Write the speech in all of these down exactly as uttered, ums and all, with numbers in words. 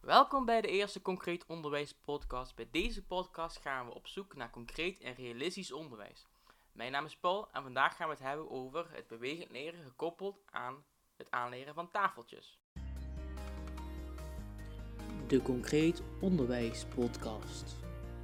Welkom bij de eerste Concreet Onderwijs podcast. Bij deze podcast gaan we op zoek naar concreet en realistisch onderwijs. Mijn naam is Paul en vandaag gaan we het hebben over het bewegend leren gekoppeld aan het aanleren van tafeltjes. De Concreet Onderwijs podcast.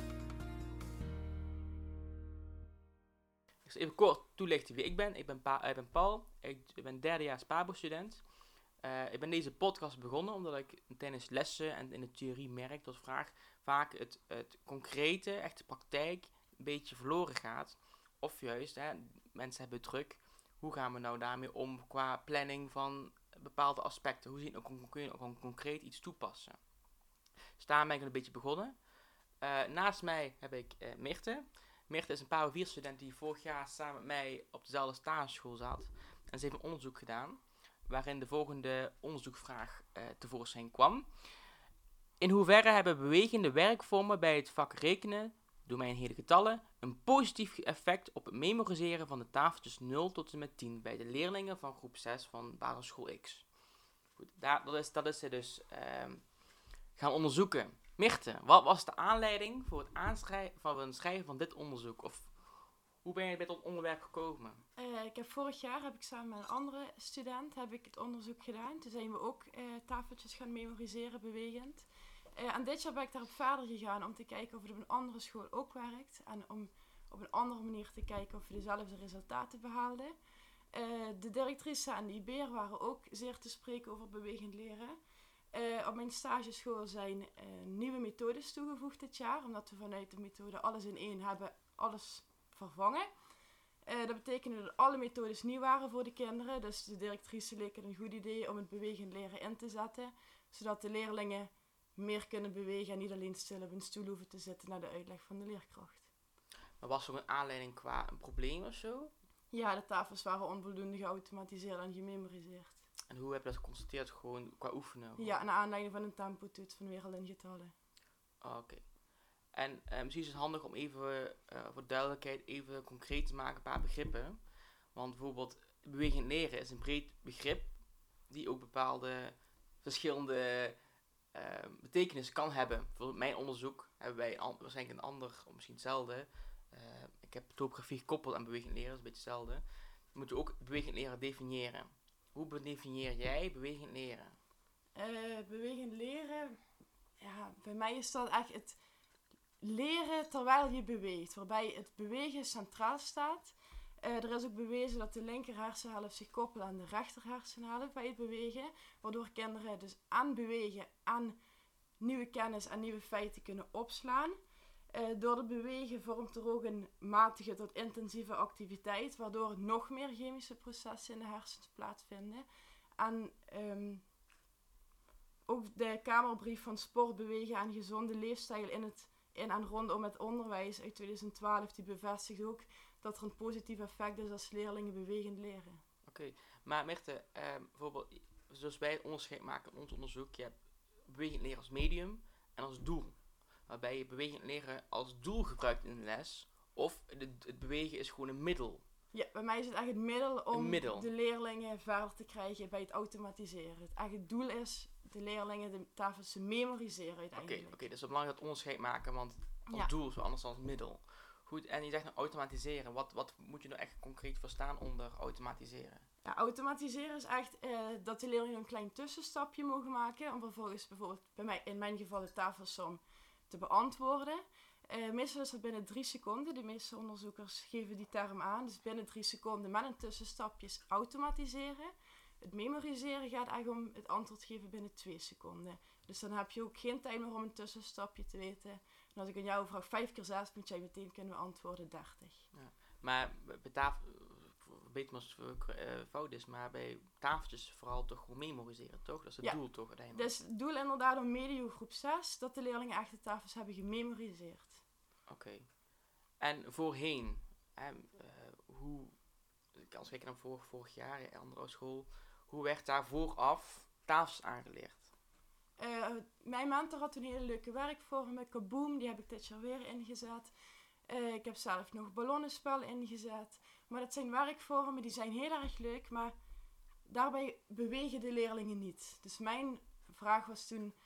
Ik zal even kort toelichten wie ik ben. Ik ben, pa- ik ben Paul, ik ben derdejaars Pabo-student. Uh, ik ben deze podcast begonnen omdat ik tijdens lessen en in de theorie merk dat vaak, vaak het, het concrete, echt de praktijk, een beetje verloren gaat. Of juist, hè, mensen hebben druk. Hoe gaan we nou daarmee om qua planning van bepaalde aspecten? Hoe, zien, hoe kun je ook concreet iets toepassen? Dus daar ben ik een beetje begonnen. Uh, naast mij heb ik uh, Mirte. Mirte is een Pabo vier student die vorig jaar samen met mij op dezelfde stageschool zat. En ze heeft een onderzoek gedaan waarin de volgende onderzoekvraag uh, tevoorschijn kwam. In hoeverre hebben bewegende werkvormen bij het vak rekenen, domein hele getallen, een positief effect op het memoriseren van de tafeltjes nul tot en met tien bij de leerlingen van groep zes van basisschool X? Goed, daar, dat, is, dat is ze dus uh, gaan onderzoeken. Mirte, wat was de aanleiding voor het aanschrijven van het schrijven van dit onderzoek? Of hoe ben je bij dat onderwerp gekomen? Uh, ik heb vorig jaar heb ik samen met een andere student heb ik het onderzoek gedaan. Toen zijn we ook uh, tafeltjes gaan memoriseren, bewegend. Uh, en dit jaar ben ik daarop verder gegaan om te kijken of het op een andere school ook werkt. En om op een andere manier te kijken of we dezelfde resultaten behaalden. Uh, de directrice en de I B R waren ook zeer te spreken over bewegend leren. Uh, op mijn stageschool zijn uh, nieuwe methodes toegevoegd dit jaar. Omdat we vanuit de methode alles in één hebben, alles vervangen. Uh, dat betekende dat alle methodes nieuw waren voor de kinderen. Dus de directrice leek het een goed idee om het bewegend leren in te zetten. Zodat de leerlingen meer kunnen bewegen en niet alleen stil op een stoel hoeven te zitten naar de uitleg van de leerkracht. Maar was er een aanleiding qua een probleem of zo? Ja, de tafels waren onvoldoende geautomatiseerd en gememoriseerd. En hoe heb je dat geconstateerd? Gewoon qua oefenen? Of? Ja, naar aanleiding van een tempotoets van wereld in getallen. Oh, oké. Okay. En uh, misschien is het handig om even uh, voor duidelijkheid even concreet te maken een paar begrippen. Want bijvoorbeeld bewegend leren is een breed begrip die ook bepaalde verschillende uh, betekenissen kan hebben. Bijvoorbeeld mijn onderzoek hebben wij an- waarschijnlijk een ander, of misschien hetzelfde. Uh, ik heb topografie gekoppeld aan bewegend leren, dat is een beetje hetzelfde. Dan moet je ook bewegend leren definiëren. Hoe definieer jij bewegend leren? Uh, bewegend leren, ja, bij mij is dat echt het leren terwijl je beweegt, waarbij het bewegen centraal staat. Uh, er is ook bewezen dat de linker hersenhelft zich koppelt aan de rechter hersenhelft bij het bewegen, waardoor kinderen dus aan bewegen, aan nieuwe kennis en nieuwe feiten kunnen opslaan. Uh, door het bewegen vormt er ook een matige tot intensieve activiteit, waardoor nog meer chemische processen in de hersens plaatsvinden. En um, ook de Kamerbrief van sport, bewegen en gezonde leefstijl in het in en rondom het onderwijs uit twintig twaalf, die bevestigt ook dat er een positief effect is als leerlingen bewegend leren. Oké, okay. Maar Mirte, uh, bijvoorbeeld, zoals wij het onderscheid maken in ons onderzoek, je hebt bewegend leren als medium en als doel. Waarbij je bewegend leren als doel gebruikt in de les, of het, het bewegen is gewoon een middel. Ja, bij mij is het echt het middel om middel. de leerlingen verder te krijgen bij het automatiseren. Het echt het doel is de leerlingen de tafels te memoriseren uiteindelijk. Oké, okay, okay, dus het is belangrijk dat onderscheid maken, want als ja. doel is anders dan als middel. Goed, en je zegt nou automatiseren. Wat, wat moet je nou echt concreet verstaan onder automatiseren? Ja, automatiseren is echt uh, dat de leerlingen een klein tussenstapje mogen maken om vervolgens bijvoorbeeld bij mij, in mijn geval de tafelsom te beantwoorden. Uh, meestal is dat binnen drie seconden. De meeste onderzoekers geven die term aan. Dus binnen drie seconden met een tussenstapje automatiseren. Het memoriseren gaat eigenlijk om het antwoord geven binnen twee seconden. Dus dan heb je ook geen tijd meer om een tussenstapje te weten. En als ik aan jou vraag vijf keer zes, moet jij meteen kunnen beantwoorden dertig. Ja, maar bij tafel, weet me als het uh, fout is, maar bij tafeltjes vooral toch gewoon memoriseren, toch? Dat is het ja. doel toch uiteindelijk? Dus het doel inderdaad om medio groep zes, dat de leerlingen echt de tafels hebben gememoriseerd. Oké. Okay. En voorheen, hè, uh, hoe, als ik naar vorig, vorig jaar, in andere school, hoe werd daar vooraf tafels aangeleerd? Uh, mijn mentor had een hele leuke werkvorm met Kaboom, die heb ik dit jaar weer ingezet. Uh, ik heb zelf nog ballonnenspel ingezet. Maar dat zijn werkvormen die zijn heel erg leuk, maar daarbij bewegen de leerlingen niet. Dus mijn vraag was toen,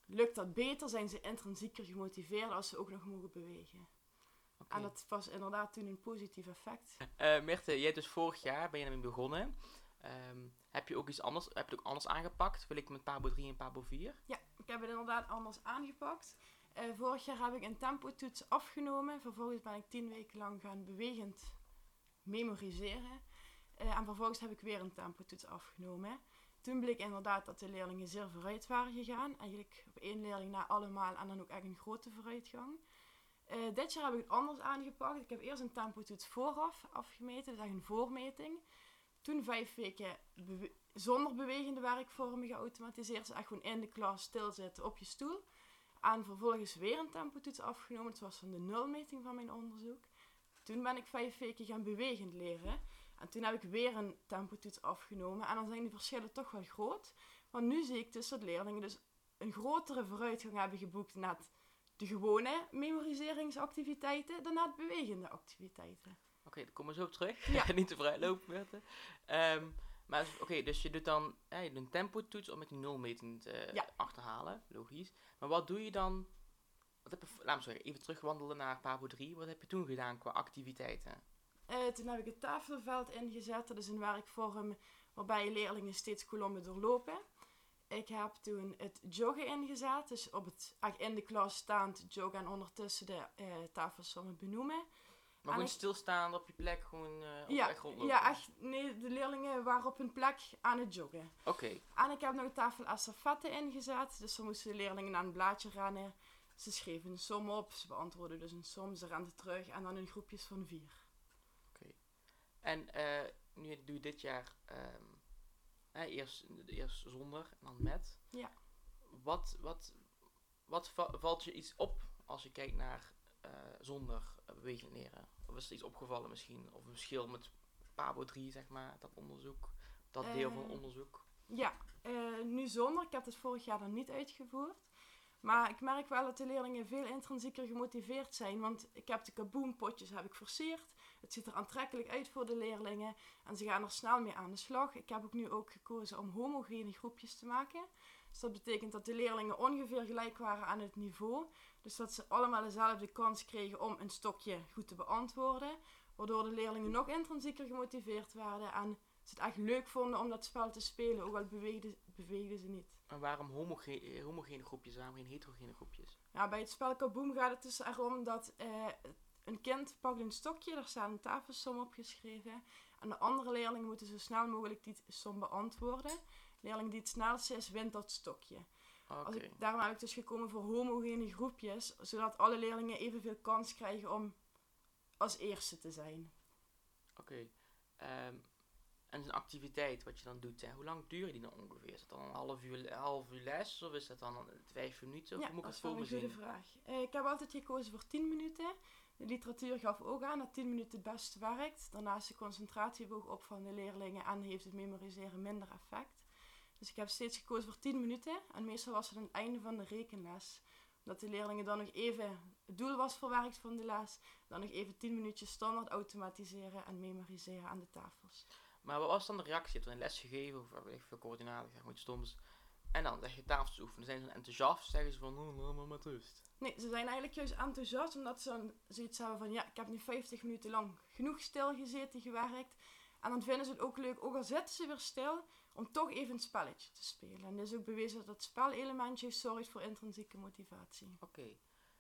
lukt dat beter, zijn ze intrinsieker gemotiveerd als ze ook nog mogen bewegen. Okay. En dat was inderdaad toen een positief effect. Uh, Mirthe, jij hebt dus vorig jaar ben je ermee begonnen. Um, heb je ook iets anders, heb je het ook anders aangepakt? Wil ik met Pabo drie en Pabo vier? Ja, ik heb het inderdaad anders aangepakt. Uh, vorig jaar heb ik een tempotoets afgenomen. Vervolgens ben ik tien weken lang gaan bewegend memoriseren. Uh, en vervolgens heb ik weer een tempotoets afgenomen. Toen bleek inderdaad dat de leerlingen zeer vooruit waren gegaan. Eigenlijk op één leerling na allemaal en dan ook echt een grote vooruitgang. Uh, dit jaar heb ik het anders aangepakt. Ik heb eerst een tempotoets vooraf afgemeten, dus echt een voormeting. Toen vijf weken bewe- zonder bewegende werkvormen geautomatiseerd. Dus echt gewoon in de klas stilzitten op je stoel. En vervolgens weer een tempotoets afgenomen. Het was dan de nulmeting van mijn onderzoek. Toen ben ik vijf weken gaan bewegend leren. En toen heb ik weer een tempotoets afgenomen. En dan zijn die verschillen toch wel groot. Want nu zie ik dus dat leerlingen dus een grotere vooruitgang hebben geboekt na de gewone memoriseringsactiviteiten dan na de bewegende activiteiten. Oké, okay, dan komen we zo op terug. Ja. Niet te vrij lopen, Mirthe. Um, maar oké, okay, dus je doet dan ja, je doet een tempotoets om met die nulmeting te ja. achterhalen. Logisch. Maar wat doe je dan? Wat heb je, laat me zeggen, even terugwandelen naar Pabo drie. Wat heb je toen gedaan qua activiteiten? Uh, toen heb ik het tafelveld ingezet. Dat is een werkvorm waarbij leerlingen steeds kolommen doorlopen. Ik heb toen het joggen ingezet. Dus op het, in de klas staand joggen en ondertussen de uh, tafelsommen benoemen. Maar gewoon stilstaan op je plek, gewoon uh, op ja, echt rondlopen? Ja, echt. Nee, de leerlingen waren op hun plek aan het joggen. Oké. Okay. En ik heb nog een tafel estafette ingezet. Dus dan moesten de leerlingen naar een blaadje rennen. Ze schreven een som op, ze beantwoordden dus een som, ze renden terug en dan in groepjes van vier. Oké. Okay. En uh, nu doe je dit jaar um, eh, eerst, eerst zonder en dan met. Ja. Wat, wat, wat va- valt je iets op als je kijkt naar uh, zonder uh, bewegend leren? Of is er iets opgevallen misschien? Of een verschil met Pabo drie, zeg maar, dat onderzoek, dat uh, deel van het onderzoek? Ja, uh, nu zonder. Ik heb het vorig jaar dan niet uitgevoerd. Maar ik merk wel dat de leerlingen veel intrinsieker gemotiveerd zijn. Want ik heb de kaboompotjes heb ik versierd. Het ziet er aantrekkelijk uit voor de leerlingen. En ze gaan er snel mee aan de slag. Ik heb ook nu ook gekozen om homogene groepjes te maken. Dus dat betekent dat de leerlingen ongeveer gelijk waren aan het niveau. Dus dat ze allemaal dezelfde kans kregen om een stokje goed te beantwoorden. Waardoor de leerlingen nog intrinsieker gemotiveerd werden. En ze het echt leuk vonden om dat spel te spelen. Ook al beweegden, beweegden ze niet. En waarom homogene, homogene groepjes, waarom geen heterogene groepjes? Ja, bij het spel Kaboom gaat het dus erom dat uh, een kind pakt een stokje, daar staat een tafelsom op geschreven. En de andere leerlingen moeten zo snel mogelijk die som beantwoorden. De leerling die het snelste is, wint dat stokje. Okay. Als ik, daarom heb ik dus gekomen voor homogene groepjes, zodat alle leerlingen evenveel kans krijgen om als eerste te zijn. Oké. Okay. Um, En een activiteit wat je dan doet, hè? Hoe lang duurt die dan ongeveer? Is dat dan een half uur, half uur les of is dat dan vijf minuten? Of ja, moet ik dat het is wel een goede vraag. Uh, ik heb altijd gekozen voor tien minuten. De literatuur gaf ook aan dat tien minuten het beste werkt. Daarnaast de concentratieboog op van de leerlingen en heeft het memoriseren minder effect. Dus ik heb steeds gekozen voor tien minuten en meestal was het aan het einde van de rekenles. Dat de leerlingen dan nog even, het doel was verwerkt van de les, dan nog even tien minuutjes standaard automatiseren en memoriseren aan de tafels. Maar wat was dan de reactie? Je hebt een les gegeven, of weet ik veel, coördinaten, zeg maar iets stoms. En dan zeg je tafels oefenen. Zijn ze dan enthousiast? Zeggen ze van, oh, nou, maar met rust. Nee, ze zijn eigenlijk juist enthousiast, omdat ze dan zoiets hebben van, ja, ik heb nu vijftig minuten lang genoeg stilgezeten, gewerkt. En dan vinden ze het ook leuk, ook al zitten ze weer stil, om toch even een spelletje te spelen. En het is ook bewezen dat het spelelementje zorgt voor intrinsieke motivatie. Oké. Okay.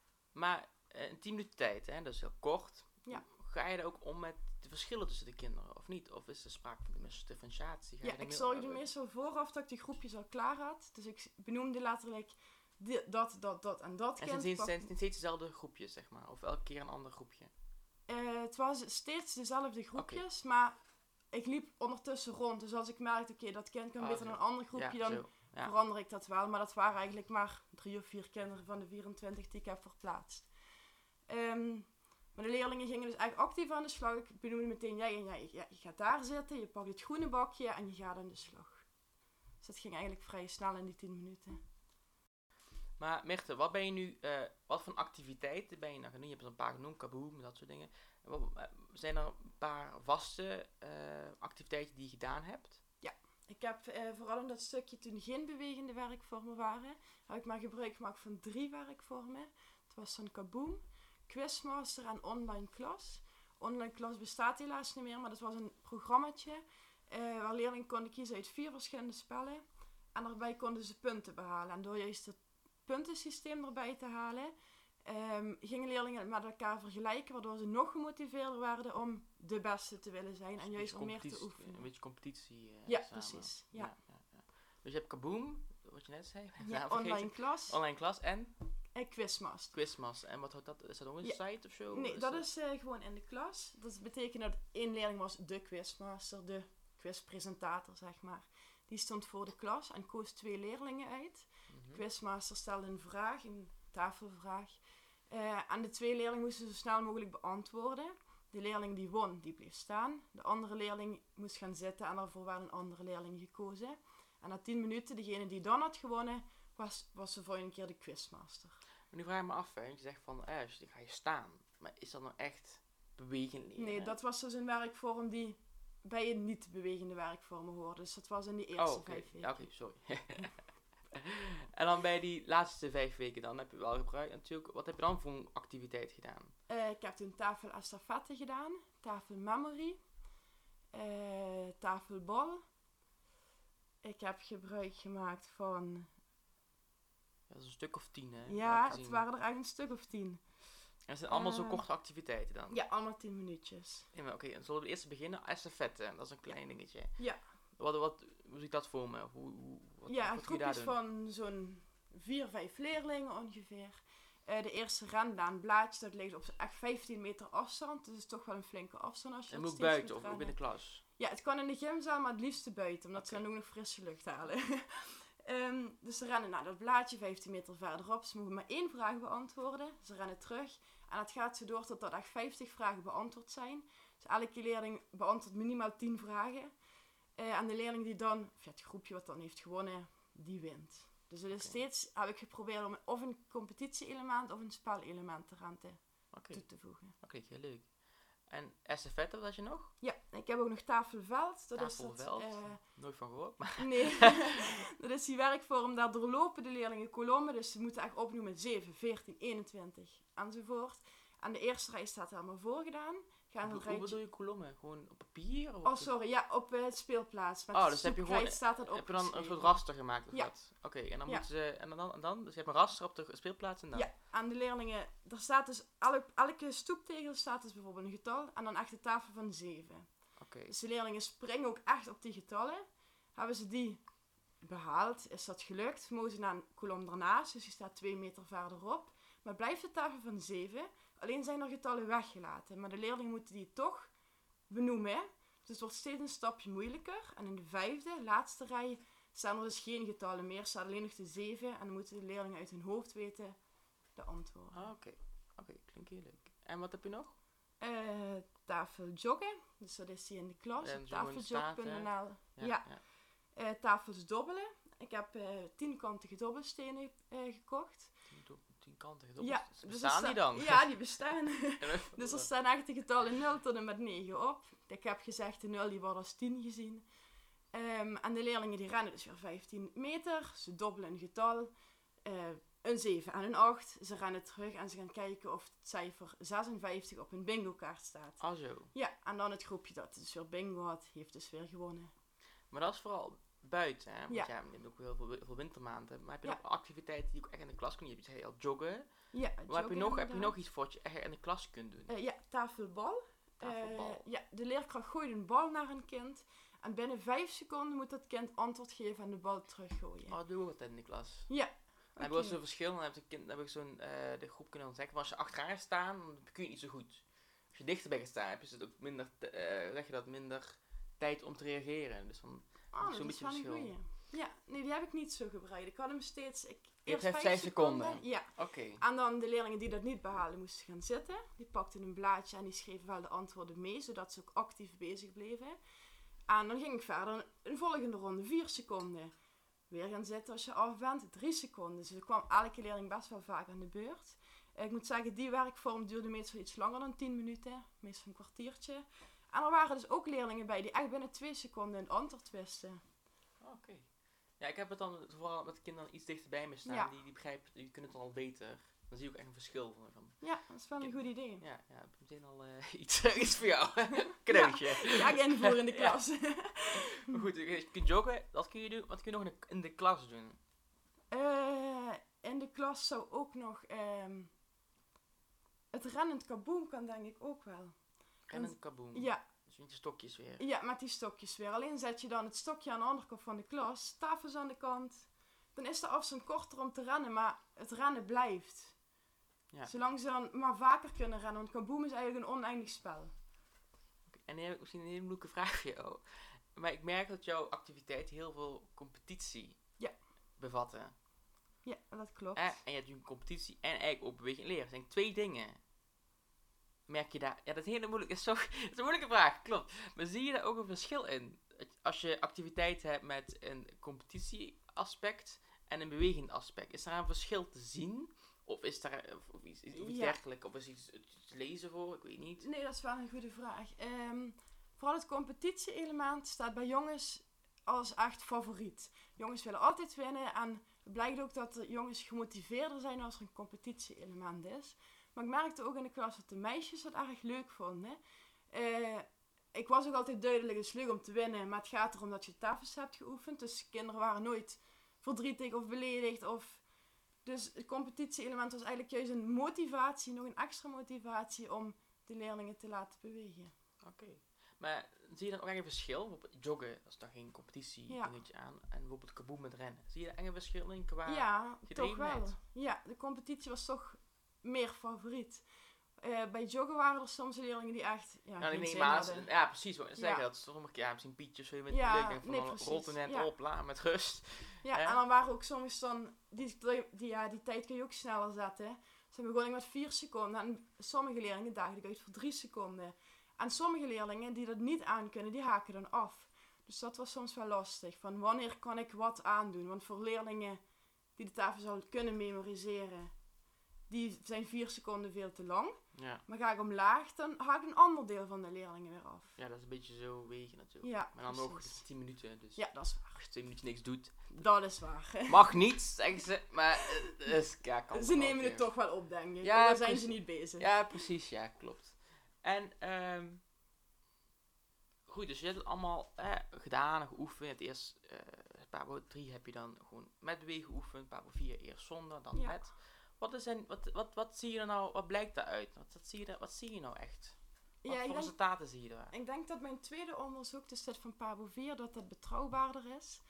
Maar uh, een tien minuten tijd, hè, dat is heel kort. Ja. Ga je er ook om met de verschillen tussen de kinderen, of niet? Of is er sprake van de differentiatie? Ga ja, ik zorgde meestal vooraf dat ik die groepjes al klaar had. Dus ik benoemde letterlijk die, dat, dat, dat en dat en kind. En zijn het steeds dezelfde groepjes, zeg maar? Of elke keer een ander groepje? Uh, het was steeds dezelfde groepjes, okay. Maar ik liep ondertussen rond. Dus als ik merkte, oké, okay, dat kind kan oh, beter zo. een ander groepje, ja, dan ja. verander ik dat wel. Maar dat waren eigenlijk maar drie of vier kinderen van de vierentwintig die ik heb verplaatst. Um, Maar de leerlingen gingen dus eigenlijk actief aan de slag. Ik benoemde meteen, jij en jij, ja, je gaat daar zitten, je pakt het groene bakje en je gaat aan de slag. Dus dat ging eigenlijk vrij snel in die tien minuten. Maar Mirthe, wat ben je nu, uh, wat voor activiteiten ben je nou gaan doen? Je hebt er een paar genoemd, Kaboom, dat soort dingen. Wat, uh, zijn er een paar vaste uh, activiteiten die je gedaan hebt? Ja, Ik heb uh, vooral in dat stukje toen geen bewegende werkvormen waren, heb ik maar gebruik gemaakt van drie werkvormen. Het was dan Kaboom, Quizmaster en Online Klas. Online Klas bestaat helaas niet meer, maar dat was een programmaatje uh, waar leerlingen konden kiezen uit vier verschillende spellen. En daarbij konden ze punten behalen. En door juist het puntensysteem erbij te halen, um, gingen leerlingen het met elkaar vergelijken, waardoor ze nog gemotiveerder werden om de beste te willen zijn. Dus en juist om meer te oefenen. Een beetje competitie. Uh, ja, samen. precies. Ja. Ja, ja, ja. Dus je hebt Kaboom, wat je net zei. Ja, Online Klas. Online Klas en? En Quizmaster. Quizmaster. En wat houdt dat? Is dat ook een ja. site of zo? Nee, is dat, dat is uh, gewoon in de klas. Dat betekent dat één leerling was de Quizmaster, de quizpresentator, zeg maar. Die stond voor de klas en koos twee leerlingen uit. Mm-hmm. Quizmaster stelde een vraag, een tafelvraag. Uh, en de twee leerlingen moesten zo snel mogelijk beantwoorden. De leerling die won, die bleef staan. De andere leerling moest gaan zitten en daarvoor werd een andere leerling gekozen. En na tien minuten, degene die dan had gewonnen, was, was de volgende keer de Quizmaster. Maar nu vraag ik me af, hè, je zegt van, eh, je ga je staan. Maar is dat nou echt bewegen leren? Nee, dat was dus een werkvorm die bij een niet bewegende werkvormen hoorde. Dus dat was in die eerste oh, okay. vijf weken. Ja, oké, okay, sorry. En dan bij die laatste vijf weken dan heb je wel gebruikt natuurlijk. Wat heb je dan voor een activiteit gedaan? Uh, ik heb toen tafel estafette gedaan, tafel memory, uh, tafelbal. Ik heb gebruik gemaakt van... Ja, dat is een stuk of tien, hè? Ja, het waren er echt een stuk of tien. En het zijn allemaal uh, zo korte activiteiten dan? Ja, allemaal tien minuutjes. Ja, oké, okay. En zullen we eerst beginnen? Estafette, dat is een klein ja. dingetje. Ja. Wat, wat, hoe zie ik dat voor me? Hoe, hoe, wat, ja, wat groepjes van zo'n vier, vijf leerlingen ongeveer. Uh, de eerste ren naar een blaadje, dat ligt op echt vijftien meter afstand. Dus het is toch wel een flinke afstand als je en dat moet buiten moet of ook in de klas? Ja, het kan in de gymzaal, maar het liefste buiten. Omdat okay. ze dan ook nog frisse lucht halen. um, dus ze rennen naar dat blaadje, vijftien meter verderop. Ze mogen maar één vraag beantwoorden. Ze rennen terug. En dat gaat zo door tot dat echt vijftig vragen beantwoord zijn. Dus elke leerling beantwoordt minimaal tien vragen. Uh, en de leerling die dan, of ja, het groepje wat dan heeft gewonnen, die wint. Dus het is okay. steeds, heb ik geprobeerd om of een competitie-element of een spelelement eraan te, okay. toe te voegen. Oké, okay, heel leuk. En estafette, wat had je nog? Ja, ik heb ook nog tafelveld. Dat tafelveld? Is dat, uh, nooit van gehoord. Maar nee, dat is die werkvorm, daar doorlopen de leerlingen kolommen. Dus ze moeten echt opnoemen zeven, veertien, eenentwintig enzovoort. En de eerste rij staat helemaal voorgedaan. Gaan hoe, hoe bedoel je kolommen? Gewoon op papier? Of oh, sorry, ja, op uh, het speelplaats. Met oh, dus heb je gewoon staat dat op heb je dan een soort raster gemaakt of ja. wat? Oké, okay, en dan ja. moeten ze, en dan, en dan? Dus je hebt een raster op de speelplaats en dan? Ja, aan de leerlingen, er staat dus, elke, elke stoeptegel staat dus bijvoorbeeld een getal en dan echt een tafel van zeven. Oké. Okay. Dus de leerlingen springen ook echt op die getallen. Hebben ze die behaald, is dat gelukt, mogen ze naar een kolom daarnaast, dus die staat twee meter verderop. Maar blijft de tafel van zeven, alleen zijn er getallen weggelaten. Maar de leerlingen moeten die toch benoemen. Dus het wordt steeds een stapje moeilijker. En in de vijfde, laatste rij, staan er dus geen getallen meer. Staat alleen nog de zeven. En dan moeten de leerlingen uit hun hoofd weten de antwoorden. Ah, oké. Okay. Oké, okay, klinkt heel leuk. En wat heb je nog? Uh, tafel joggen. Dus dat is die in de klas. tafeljog punt n l. Ja. ja. ja. Uh, tafels dobbelen. Ik heb uh, tienkantige dobbelstenen uh, gekocht. Tienkantige dobbelstenen? Ja, dus bestaan die dan? Ja, die bestaan. Dus er staan echt de getallen nul tot en met negen op. Ik heb gezegd, de nul die wordt als tien gezien. Um, en de leerlingen die rennen dus weer vijftien meter. Ze dobbelen een getal. Uh, een zeven en een acht. Ze rennen terug en ze gaan kijken of het cijfer zesenvijftig op hun bingo kaart staat. Ah zo. Ja, en dan het groepje dat dus weer bingo had, heeft dus weer gewonnen. Maar dat is vooral buiten, hè? Want ja. ja, je hebt ook heel veel, heel veel wintermaanden. Maar heb je ja. nog activiteiten die ook echt in de klas kunnen? Je hebt al joggen. Ja, maar heb je, nog, heb je nog iets voor wat je echt in de klas kunt doen? Uh, ja, tafelbal. Tafelbal. Uh, ja, de leerkracht gooit een bal naar een kind. En binnen vijf seconden moet dat kind antwoord geven en de bal teruggooien. Oh, dat doen we altijd in de klas. Ja. Dan okay. hebben we zo'n verschil. Dan heb, kind, dan heb ik zo'n uh, de groep kunnen ontdekken. Maar als je achteraan gaat staan, dan kun je niet zo goed. Als je dichterbij gaat staan, heb je het ook minder, uh, zeg je dat, minder tijd om te reageren. Dus dan oh, zo'n beetje verschil. Ja, nee, die heb ik niet zo gebruikt. Ik had hem steeds... Ik, je eerst vijf, vijf seconden. seconden. Ja. Oké. Okay. En dan de leerlingen die dat niet behalen, moesten gaan zitten. Die pakten een blaadje en die schreven wel de antwoorden mee, zodat ze ook actief bezig bleven. En dan ging ik verder. Een volgende ronde, vier seconden. Weer gaan zitten als je af bent, drie seconden. Dus er kwam elke leerling best wel vaak aan de beurt. Ik moet zeggen, die werkvorm duurde meestal iets langer dan tien minuten. Meestal een kwartiertje. En er waren dus ook leerlingen bij die echt binnen twee seconden een antwoord wisten. Oké. Ja, ik heb het dan vooral met de kinderen iets dichter bij me staan. Ja. Die, die begrijpen, die kunnen het al beter. Dan zie je ook echt een verschil van. van Ja, dat is wel een goed idee. ja, ja, heb ik meteen al uh, iets, iets voor jou. Cadeautje. Ga ik invoeren in de klas. Ja. Maar goed, je kunt joggen, dat kun je doen. Wat kun je nog in de, in de klas doen? Uh, in de klas zou ook nog... Um, het rennend kaboom kan denk ik ook wel. Rennend kaboom? Ja. Dus met die stokjes weer? Ja, met die stokjes weer. Alleen zet je dan het stokje aan de andere kant van de klas. Tafels aan de kant. Dan is de afstand korter om te rennen, maar het rennen blijft. Ja. Zolang ze dan maar vaker kunnen rennen. Want kaboom is eigenlijk een oneindig spel. Okay, en dan heb ik misschien een hele moeilijke vraag voor jou. Maar ik merk dat jouw activiteiten heel veel competitie ja. bevatten. Ja, dat klopt. Eh, en je hebt nu competitie en eigenlijk ook bewegen en leren. Dat zijn twee dingen. Merk je daar... Ja, dat is een hele moeilijke... Dat is, zo, dat is een moeilijke vraag, klopt. Maar zie je daar ook een verschil in? Als je activiteiten hebt met een competitieaspect en een bewegend aspect. Is daar een verschil te zien? Of is daar of, of iets, of iets ja. dergelijks? Of is iets, iets te lezen voor? Ik weet niet. Nee, dat is wel een goede vraag. Um, vooral het competitie-element staat bij jongens als echt favoriet. Jongens willen altijd winnen. En het blijkt ook dat de jongens gemotiveerder zijn als er een competitie-element is. Maar ik merkte ook in de klas dat de meisjes dat erg leuk vonden. Uh, ik was ook altijd duidelijk een slug om te winnen. Maar het gaat erom dat je tafels hebt geoefend. Dus kinderen waren nooit verdrietig of beledigd. Of... Dus het competitie-element was eigenlijk juist een motivatie, nog een extra motivatie om de leerlingen te laten bewegen. Oké. Okay. Maar zie je dan ook echt een verschil? Bijvoorbeeld joggen, dat is dan geen competitie dingetje ja. aan. En bijvoorbeeld kaboom met rennen. Zie je daar echt een verschil in qua ja, toch wel. Ja, de competitie was toch meer favoriet. Uh, bij joggen waren er soms leerlingen die echt ja, ja, geen nee, zin maar hadden. Ja, precies. Wat zeggen, ja. dat is toch ja, misschien Pietje of zo. Met ja, leuk, denk van, nee, dan precies. rolt er net ja. op, la, met rust. Ja, eh? en dan waren ook soms dan... Die, die, ja, die tijd kun je ook sneller zetten. Dus dan begon ik met vier seconden. En sommige leerlingen daagden ik uit voor drie seconden. En sommige leerlingen die dat niet aankunnen, die haken dan af. Dus dat was soms wel lastig. Van wanneer kan ik wat aandoen? Want voor leerlingen die de tafel zouden kunnen memoriseren, die zijn vier seconden veel te lang. Ja. Maar ga ik omlaag, dan haak ik een ander deel van de leerlingen weer af. Ja, dat is een beetje zo wegen natuurlijk. Ja, maar dan precies. nog tien minuten. Dus ja, dat is waar. Als je twee minuten niks doet. Dat is waar. Mag niet, zeggen ze. Maar uh, dus, ja, kan ze nemen het toch wel op, denk ik. Ja, dan zijn precies. ze niet bezig. Ja, precies. Ja, klopt. En, um, goed, dus je hebt het allemaal eh, gedaan en geoefend. Het eerst, uh, Pabo drie heb je dan gewoon met bewegen geoefend. Pabo vier eerst zonder, dan ja. met. Wat, is een, wat, wat, wat zie je er nou, wat blijkt daaruit? Wat, wat, zie, je er, wat zie je nou echt? Wat ja, voor denk, resultaten zie je daar? Ik denk dat mijn tweede onderzoek, dus dat van Pabo vier, dat dat betrouwbaarder is.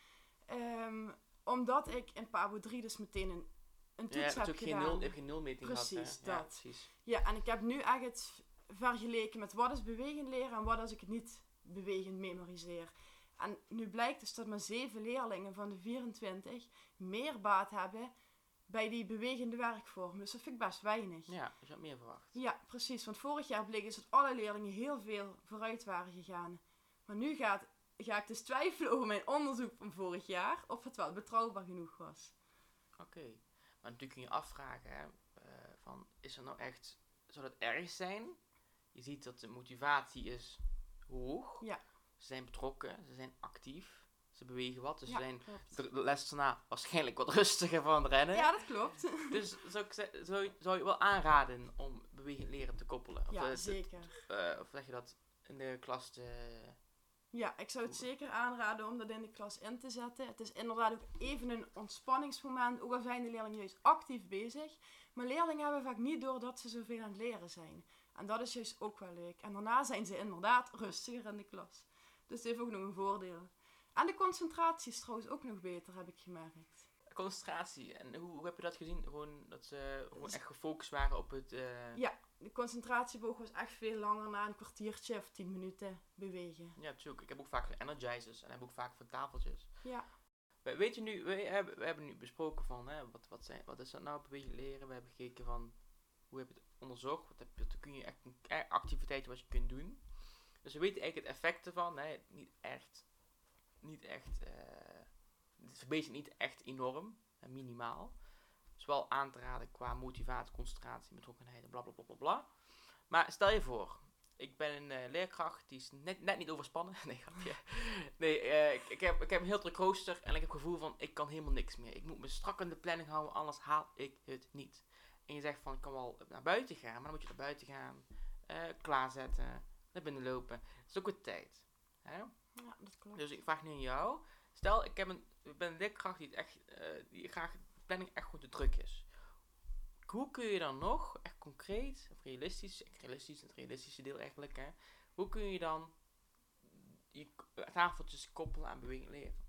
Um, omdat ik in Pabo drie dus meteen een, een toets ja, heb gedaan. Geen nul, je hebt geen nulmeting precies, gehad. dat. Ja, precies. Ja, en ik heb nu echt het vergeleken met wat is bewegend leren en wat als ik het niet bewegend memoriseer. En nu blijkt dus dat maar zeven leerlingen van de vierentwintig meer baat hebben bij die bewegende werkvorm. Dus dat vind ik best weinig. Ja, dus je had meer verwacht. Ja, precies. Want vorig jaar bleek dus dat alle leerlingen heel veel vooruit waren gegaan. Maar nu gaat, ga ik dus twijfelen over mijn onderzoek van vorig jaar, of het wel betrouwbaar genoeg was. Oké. Okay. Maar natuurlijk kun je afvragen, hè, uh, van, is er nou echt, zou dat erg zijn? Je ziet dat de motivatie is hoog. Ja. Ze zijn betrokken, ze zijn actief, ze bewegen wat. Dus ja, ze zijn klopt. de, de les daarna waarschijnlijk wat rustiger van het rennen. Ja, dat klopt. Dus zou, ik ze, zou, je, zou je wel aanraden om bewegend leren te koppelen? Of ja, uh, zeker. Te, uh, of zeg je dat in de klas te... Ja, ik zou het zeker aanraden om dat in de klas in te zetten. Het is inderdaad ook even een ontspanningsmoment. Ook al zijn de leerlingen juist actief bezig. Maar leerlingen hebben vaak niet door dat ze zoveel aan het leren zijn. En dat is juist ook wel leuk. En daarna zijn ze inderdaad rustiger in de klas. Dus het heeft ook nog een voordeel. En de concentratie is trouwens ook nog beter, heb ik gemerkt. Concentratie. En hoe, hoe heb je dat gezien? Gewoon dat ze gewoon echt gefocust waren op het... Uh... Ja, de concentratieboog was echt veel langer na een kwartiertje of tien minuten bewegen. Ja, natuurlijk. Ik heb ook vaak energizers en heb ook vaak van tafeltjes. Ja. We, weet je nu, we hebben, we hebben nu besproken van, hè, wat, wat, zijn, wat is dat nou, bewegen leren? We hebben gekeken van, hoe heb je het onderzocht? Wat heb je, wat kun je echt een activiteiten wat je kunt doen. Dus we weten eigenlijk het effect ervan. Hè, niet echt, niet echt, uh, het verbetert niet echt enorm, hè, minimaal. Het is wel aan te raden qua motivatie, concentratie, betrokkenheid en bla bla bla bla bla. Maar stel je voor, ik ben een uh, leerkracht die is net, net niet overspannen. Nee, grapje. Nee, uh, ik, ik, heb, ik heb een heel druk rooster en ik heb het gevoel van, ik kan helemaal niks meer. Ik moet me strak aan de planning houden, anders haal ik het niet. En je zegt van, ik kan wel naar buiten gaan, maar dan moet je naar buiten gaan, uh, klaarzetten, naar binnen lopen. Dat is ook weer tijd. Hè? Ja, dat klopt. Dus ik vraag nu aan jou. Stel, ik, heb een, ik ben een leerkracht die, het echt, uh, die graag de planning echt goed te druk is. Hoe kun je dan nog, echt concreet, of realistisch, echt realistisch, het realistische deel eigenlijk, hè. Hoe kun je dan je tafeltjes koppelen aan beweging leren?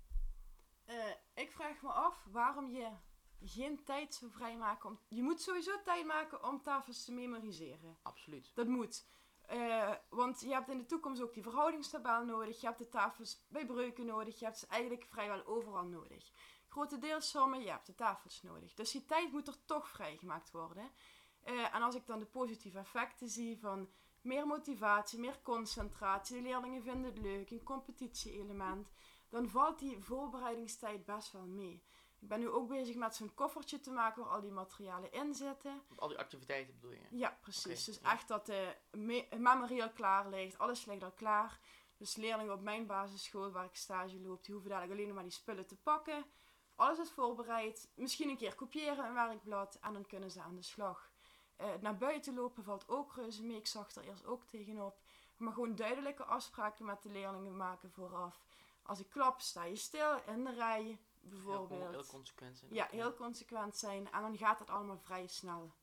Uh, ik vraag me af waarom je geen tijd zou vrijmaken. Om, je moet sowieso tijd maken om tafels te memoriseren. Absoluut. Dat moet. Uh, want je hebt in de toekomst ook die verhoudingstabel nodig. Je hebt de tafels bij breuken nodig. Je hebt ze eigenlijk vrijwel overal nodig. Grote deelsommen, je hebt de tafels nodig. Dus die tijd moet er toch vrijgemaakt worden. Uh, en als ik dan de positieve effecten zie van meer motivatie, meer concentratie, de leerlingen vinden het leuk, een competitie-element, dan valt die voorbereidingstijd best wel mee. Ik ben nu ook bezig met zo'n koffertje te maken waar al die materialen in zitten. Al die activiteiten bedoel je? Ja, precies. Okay, dus ja. echt dat de me- memory al klaar ligt, alles ligt al klaar. Dus leerlingen op mijn basisschool waar ik stage loop, die hoeven dadelijk alleen nog maar die spullen te pakken. Alles is voorbereid. Misschien een keer kopiëren een werkblad en dan kunnen ze aan de slag. Uh, naar buiten lopen valt ook reuze mee. Ik zag er eerst ook tegenop. Maar gewoon duidelijke afspraken met de leerlingen maken vooraf. Als ik klap, sta je stil in de rij bijvoorbeeld. Heel, heel consequent zijn. Ja, heel consequent zijn. En dan gaat het allemaal vrij snel.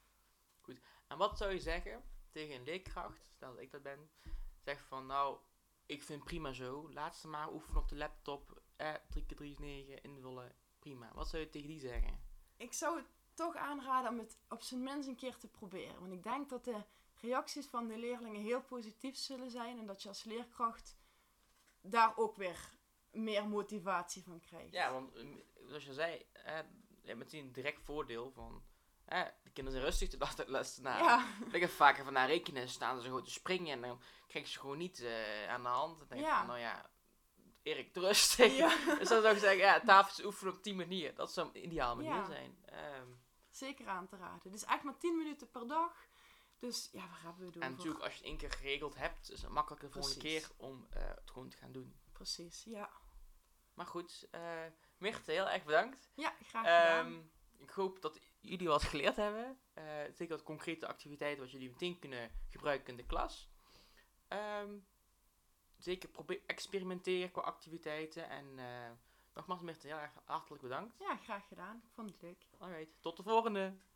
Goed. En wat zou je zeggen tegen een leerkracht, stel dat ik dat ben, zeg van nou, ik vind prima zo. Laat ze maar oefenen op de laptop. Eh, drie keer drie is negen invullen. Prima. Wat zou je tegen die zeggen? Ik zou het toch aanraden om het op zijn minst een keer te proberen. Want ik denk dat de reacties van de leerlingen heel positief zullen zijn. En dat je als leerkracht daar ook weer meer motivatie van krijgt. Ja, want zoals je zei, eh, je hebt meteen een direct voordeel van... Eh, de kinderen zijn rustig te dachten les na. Ja. Ik heb vaker van naar rekenen staan ze gewoon te springen en dan krijg je ze gewoon niet uh, aan de hand. Dan denk je ja. van, nou ja, Erik, rustig. Ja. Dus dan zou ik zeggen, ja, tafels oefenen op die manier. Dat zou een ideaal manier ja. zijn. Um, Zeker aan te raden. Het is echt maar tien minuten per dag. Dus ja, waar hebben we het over? En natuurlijk, als je het één keer geregeld hebt, is het makkelijker de volgende keer om uh, het gewoon te gaan doen. Precies, ja. Maar goed, uh, Mirte, heel erg bedankt. Ja, graag gedaan. Um, ik hoop dat jullie wat geleerd hebben. Uh, zeker wat concrete activiteiten wat jullie meteen kunnen gebruiken in de klas. Um, zeker probeer experimenteren qua activiteiten. En uh, nogmaals, Mirte, heel erg hartelijk bedankt. Ja, graag gedaan. Ik vond het leuk. Alright, tot de volgende.